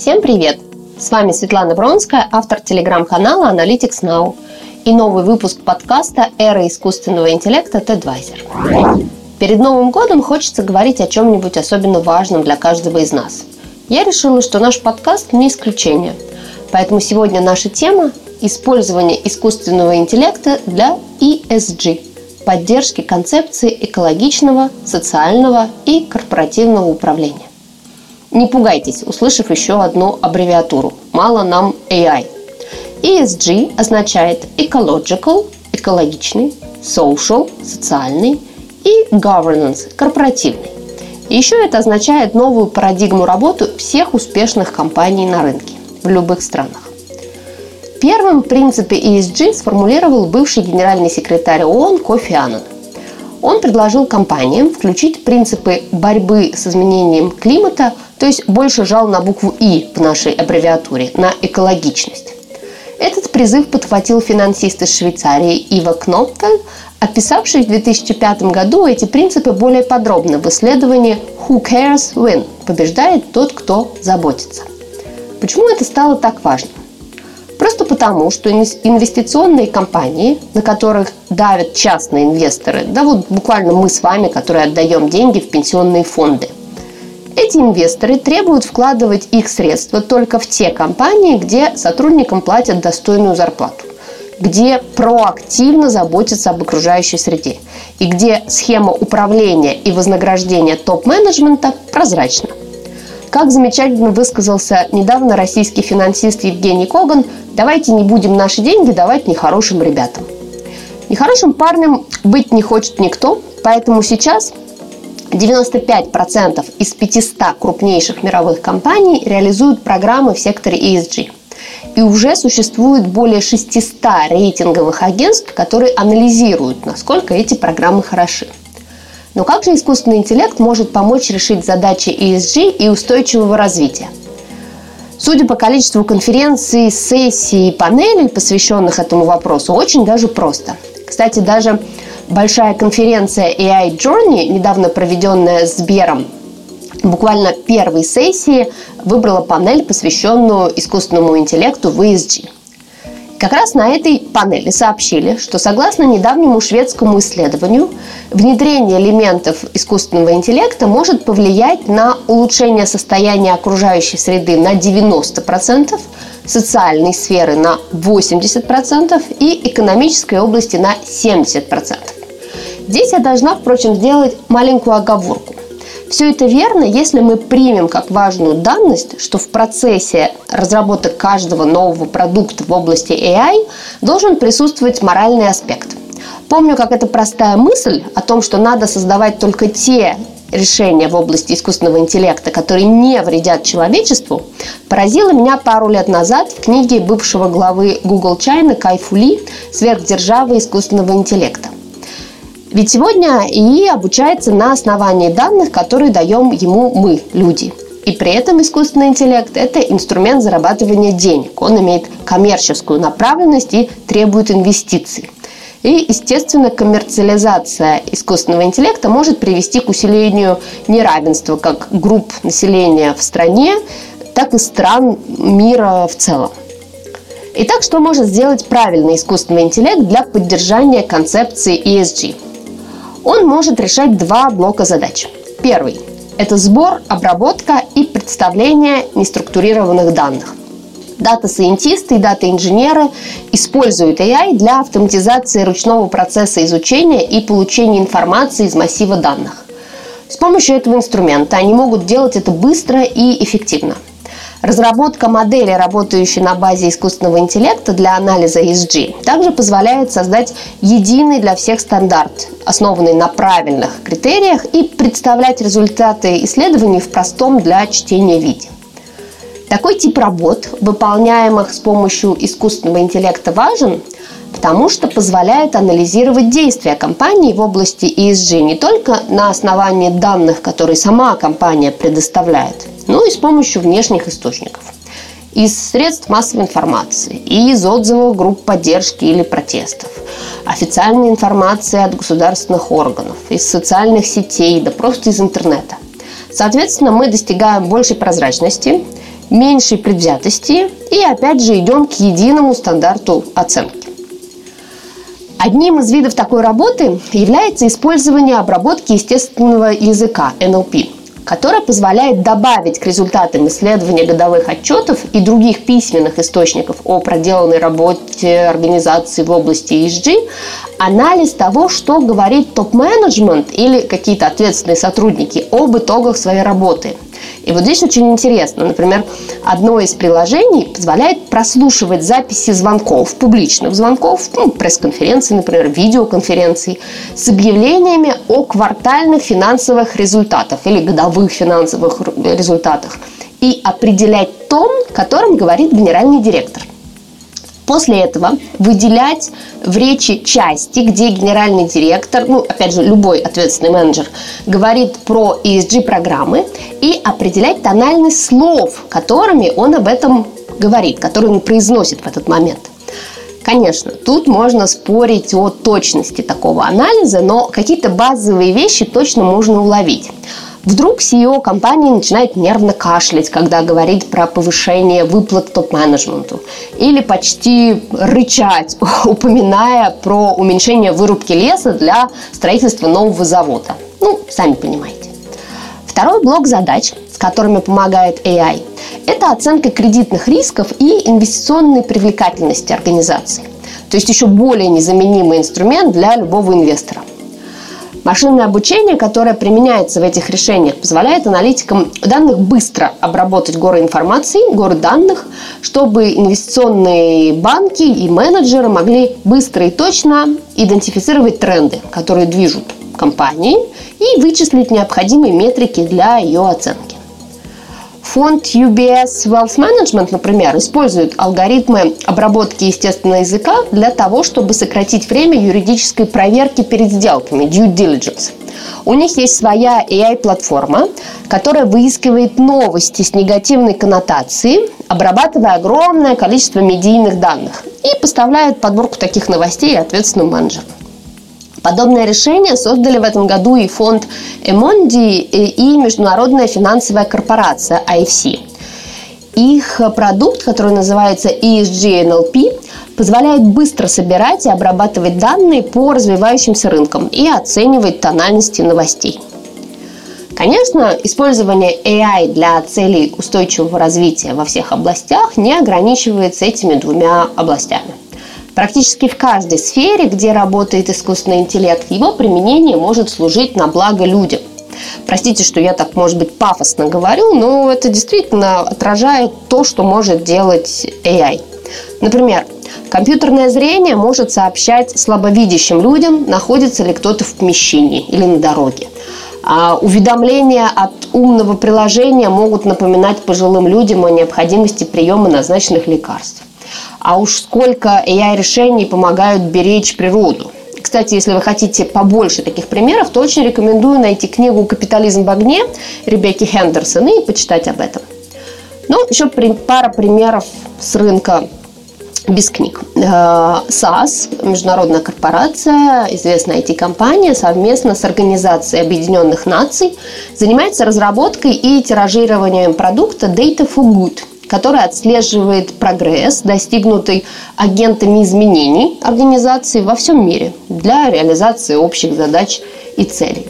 Всем привет! С вами Светлана Бронская, автор телеграм-канала Analytics Now и новый выпуск подкаста «Эра искусственного интеллекта TEDvisor». Перед Новым годом хочется говорить о чем-нибудь особенно важном для каждого из нас. Я решила, что наш подкаст не исключение. Поэтому сегодня наша тема – использование искусственного интеллекта для ESG – поддержки концепции экологичного, социального и корпоративного управления. Не пугайтесь, услышав еще одну аббревиатуру. Мало нам AI. ESG означает Ecological – экологичный, Social – социальный и Governance – корпоративный. И еще это означает новую парадигму работы всех успешных компаний на рынке в любых странах. Первым принципы ESG сформулировал бывший генеральный секретарь ООН Кофи Аннан. Он предложил компаниям включить принципы борьбы с изменением климата, то есть больше жал на букву «И» в нашей аббревиатуре, на экологичность. Этот призыв подхватил финансист из Швейцарии Ива Кнопфель, описавший в 2005 году эти принципы более подробно в исследовании «Who cares win» – побеждает тот, кто заботится. Почему это стало так важным? Просто потому, что инвестиционные компании, на которых давят частные инвесторы, да вот буквально мы с вами, которые отдаем деньги в пенсионные фонды, эти инвесторы требуют вкладывать их средства только в те компании, где сотрудникам платят достойную зарплату, где проактивно заботятся об окружающей среде и где схема управления и вознаграждения топ-менеджмента прозрачна. Как замечательно высказался недавно российский финансист Евгений Коган, давайте не будем наши деньги давать нехорошим ребятам. Нехорошим парнем быть не хочет никто, поэтому сейчас 95% из 500 крупнейших мировых компаний реализуют программы в секторе ESG. И уже существует более 600 рейтинговых агентств, которые анализируют, насколько эти программы хороши. Но как же искусственный интеллект может помочь решить задачи ESG и устойчивого развития? Судя по количеству конференций, сессий и панелей, посвященных этому вопросу, очень даже просто. Кстати, даже большая конференция AI Journey, недавно проведенная Сбером, буквально первой сессии выбрала панель, посвященную искусственному интеллекту в ESG. Как раз на этой панели сообщили, что согласно недавнему шведскому исследованию, внедрение элементов искусственного интеллекта может повлиять на улучшение состояния окружающей среды на 90%, социальной сферы на 80% и экономической области на 70%. Здесь я должна, впрочем, сделать маленькую оговорку. Все это верно, если мы примем как важную данность, что в процессе разработки каждого нового продукта в области AI должен присутствовать моральный аспект. Помню, как эта простая мысль о том, что надо создавать только те решения в области искусственного интеллекта, которые не вредят человечеству, поразила меня пару лет назад в книге бывшего главы Google China Кай-Фу Ли «Сверхдержава искусственного интеллекта». Ведь сегодня ИИ обучается на основании данных, которые даем ему мы, люди. И при этом искусственный интеллект – это инструмент зарабатывания денег. Он имеет коммерческую направленность и требует инвестиций. И, естественно, коммерциализация искусственного интеллекта может привести к усилению неравенства как групп населения в стране, так и стран мира в целом. Итак, что может сделать правильный искусственный интеллект для поддержания концепции ESG? Он может решать два блока задач. Первый – это сбор, обработка и представление неструктурированных данных. Дата-сайентисты и дата-инженеры используют AI для автоматизации ручного процесса изучения и получения информации из массива данных. С помощью этого инструмента они могут делать это быстро и эффективно. Разработка модели, работающей на базе искусственного интеллекта для анализа ESG, также позволяет создать единый для всех стандарт, основанный на правильных критериях, и представлять результаты исследований в простом для чтения виде. Такой тип работ, выполняемых с помощью искусственного интеллекта, важен, потому что позволяет анализировать действия компании в области ESG не только на основании данных, которые сама компания предоставляет, но и с помощью внешних источников. Из средств массовой информации, из отзывов групп поддержки или протестов, официальной информации от государственных органов, из социальных сетей, да просто из интернета. Соответственно, мы достигаем большей прозрачности меньшей предвзятости и, опять же, идем к единому стандарту оценки. Одним из видов такой работы является использование обработки естественного языка (NLP), которая позволяет добавить к результатам исследования годовых отчетов и других письменных источников о проделанной работе организации в области ESG анализ того, что говорит топ-менеджмент или какие-то ответственные сотрудники об итогах своей работы. И вот здесь очень интересно. Например, одно из приложений позволяет прослушивать записи звонков, публичных звонков, пресс-конференций, например, видеоконференций, с объявлениями о квартальных финансовых результатах или годовых финансовых результатах и определять тон, которым говорит генеральный директор. После этого выделять в речи части, где генеральный директор, опять же, любой ответственный менеджер, говорит про ESG-программы и определять тональность слов, которыми он об этом говорит, которые он произносит в этот момент. Конечно, тут можно спорить о точности такого анализа, но какие-то базовые вещи точно можно уловить. Вдруг CEO компании начинает нервно кашлять, когда говорит про повышение выплат топ-менеджменту. Или почти рычать, упоминая про уменьшение вырубки леса для строительства нового завода. Сами понимаете. Второй блок задач, с которыми помогает AI, это оценка кредитных рисков и инвестиционной привлекательности организации. То есть еще более незаменимый инструмент для любого инвестора. Машинное обучение, которое применяется в этих решениях, позволяет аналитикам данных быстро обработать горы информации, горы данных, чтобы инвестиционные банки и менеджеры могли быстро и точно идентифицировать тренды, которые движут компанией, и вычислить необходимые метрики для ее оценки. Фонд UBS Wealth Management, например, использует алгоритмы обработки естественного языка для того, чтобы сократить время юридической проверки перед сделками, due diligence. У них есть своя AI-платформа, которая выискивает новости с негативной коннотацией, обрабатывая огромное количество медийных данных, и поставляет подборку таких новостей ответственным менеджерам. Подобное решение создали в этом году и фонд Эмонди, и Международная финансовая корпорация IFC. Их продукт, который называется ESG NLP, позволяет быстро собирать и обрабатывать данные по развивающимся рынкам и оценивать тональности новостей. Конечно, использование AI для целей устойчивого развития во всех областях не ограничивается этими двумя областями. Практически в каждой сфере, где работает искусственный интеллект, его применение может служить на благо людям. Простите, что я так, может быть, пафосно говорю, но это действительно отражает то, что может делать AI. Например, компьютерное зрение может сообщать слабовидящим людям, находится ли кто-то в помещении или на дороге. А уведомления от умного приложения могут напоминать пожилым людям о необходимости приема назначенных лекарств. А уж сколько AI-решений помогают беречь природу. Кстати, если вы хотите побольше таких примеров, то очень рекомендую найти книгу «Капитализм в огне» Ребекки Хендерсон и почитать об этом. Еще пара примеров с рынка без книг. SAS, международная корпорация, известная IT-компания, совместно с Организацией Объединенных Наций занимается разработкой и тиражированием продукта Data for Good, который отслеживает прогресс, достигнутый агентами изменений организации во всем мире для реализации общих задач и целей.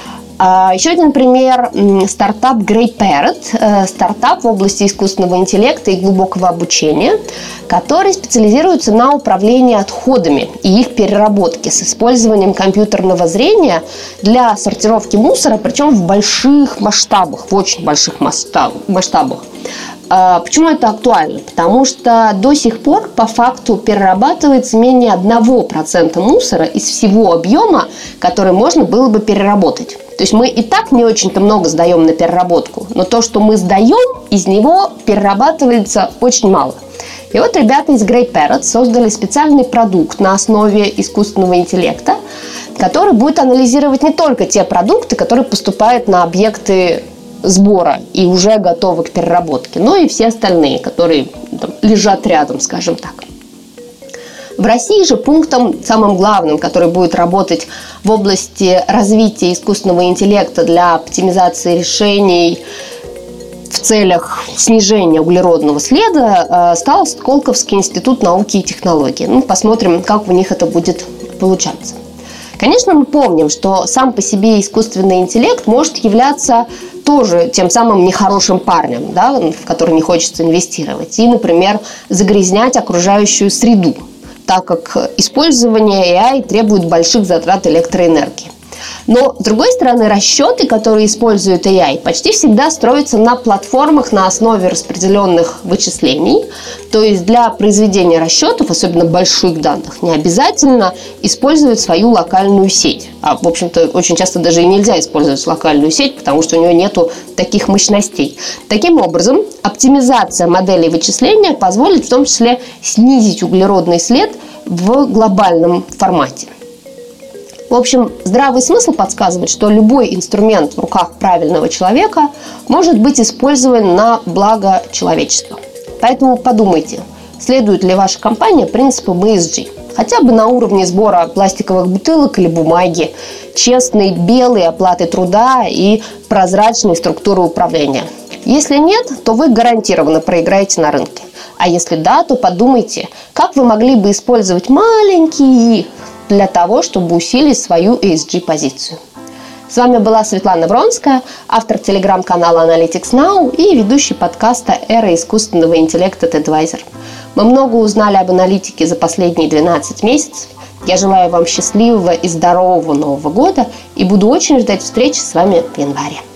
Еще один пример – стартап Grey Parrot, стартап в области искусственного интеллекта и глубокого обучения, который специализируется на управлении отходами и их переработке с использованием компьютерного зрения для сортировки мусора, причем в больших масштабах, в очень больших масштабах. Почему это актуально? Потому что до сих пор по факту перерабатывается менее 1% мусора из всего объема, который можно было бы переработать. То есть мы и так не очень-то много сдаем на переработку, но то, что мы сдаем, из него перерабатывается очень мало. И вот ребята из Grey Parrot создали специальный продукт на основе искусственного интеллекта, который будет анализировать не только те продукты, которые поступают на объекты сбора и уже готовы к переработке, но и все остальные, которые лежат рядом, скажем так. В России же пунктом самым главным, который будет работать в области развития искусственного интеллекта для оптимизации решений в целях снижения углеродного следа стал Сколковский институт науки и технологий. Посмотрим, как у них это будет получаться. Конечно, мы помним, что сам по себе искусственный интеллект может являться тоже тем самым нехорошим парнем, в который не хочется инвестировать, и, например, загрязнять окружающую среду, так как использование AI требует больших затрат электроэнергии. Но, с другой стороны, расчеты, которые используют AI, почти всегда строятся на платформах на основе распределенных вычислений. То есть для произведения расчетов, особенно больших данных, не обязательно использовать свою локальную сеть. А, в общем-то, очень часто даже и нельзя использовать локальную сеть, потому что у нее нету таких мощностей. Таким образом, оптимизация моделей вычисления позволит в том числе снизить углеродный след в глобальном формате. В общем, здравый смысл подсказывает, что любой инструмент в руках правильного человека может быть использован на благо человечества. Поэтому подумайте, следует ли ваша компания принципам ESG, хотя бы на уровне сбора пластиковых бутылок или бумаги, честной белой оплаты труда и прозрачной структуры управления. Если нет, то вы гарантированно проиграете на рынке. А если да, то подумайте, как вы могли бы использовать маленький для того, чтобы усилить свою ESG-позицию. С вами была Светлана Вронская, автор телеграм-канала Analytics Now и ведущий подкаста «Эра искусственного интеллекта TEDvisor». Мы много узнали об аналитике за последние 12 месяцев. Я желаю вам счастливого и здорового Нового года и буду очень ждать встречи с вами в январе.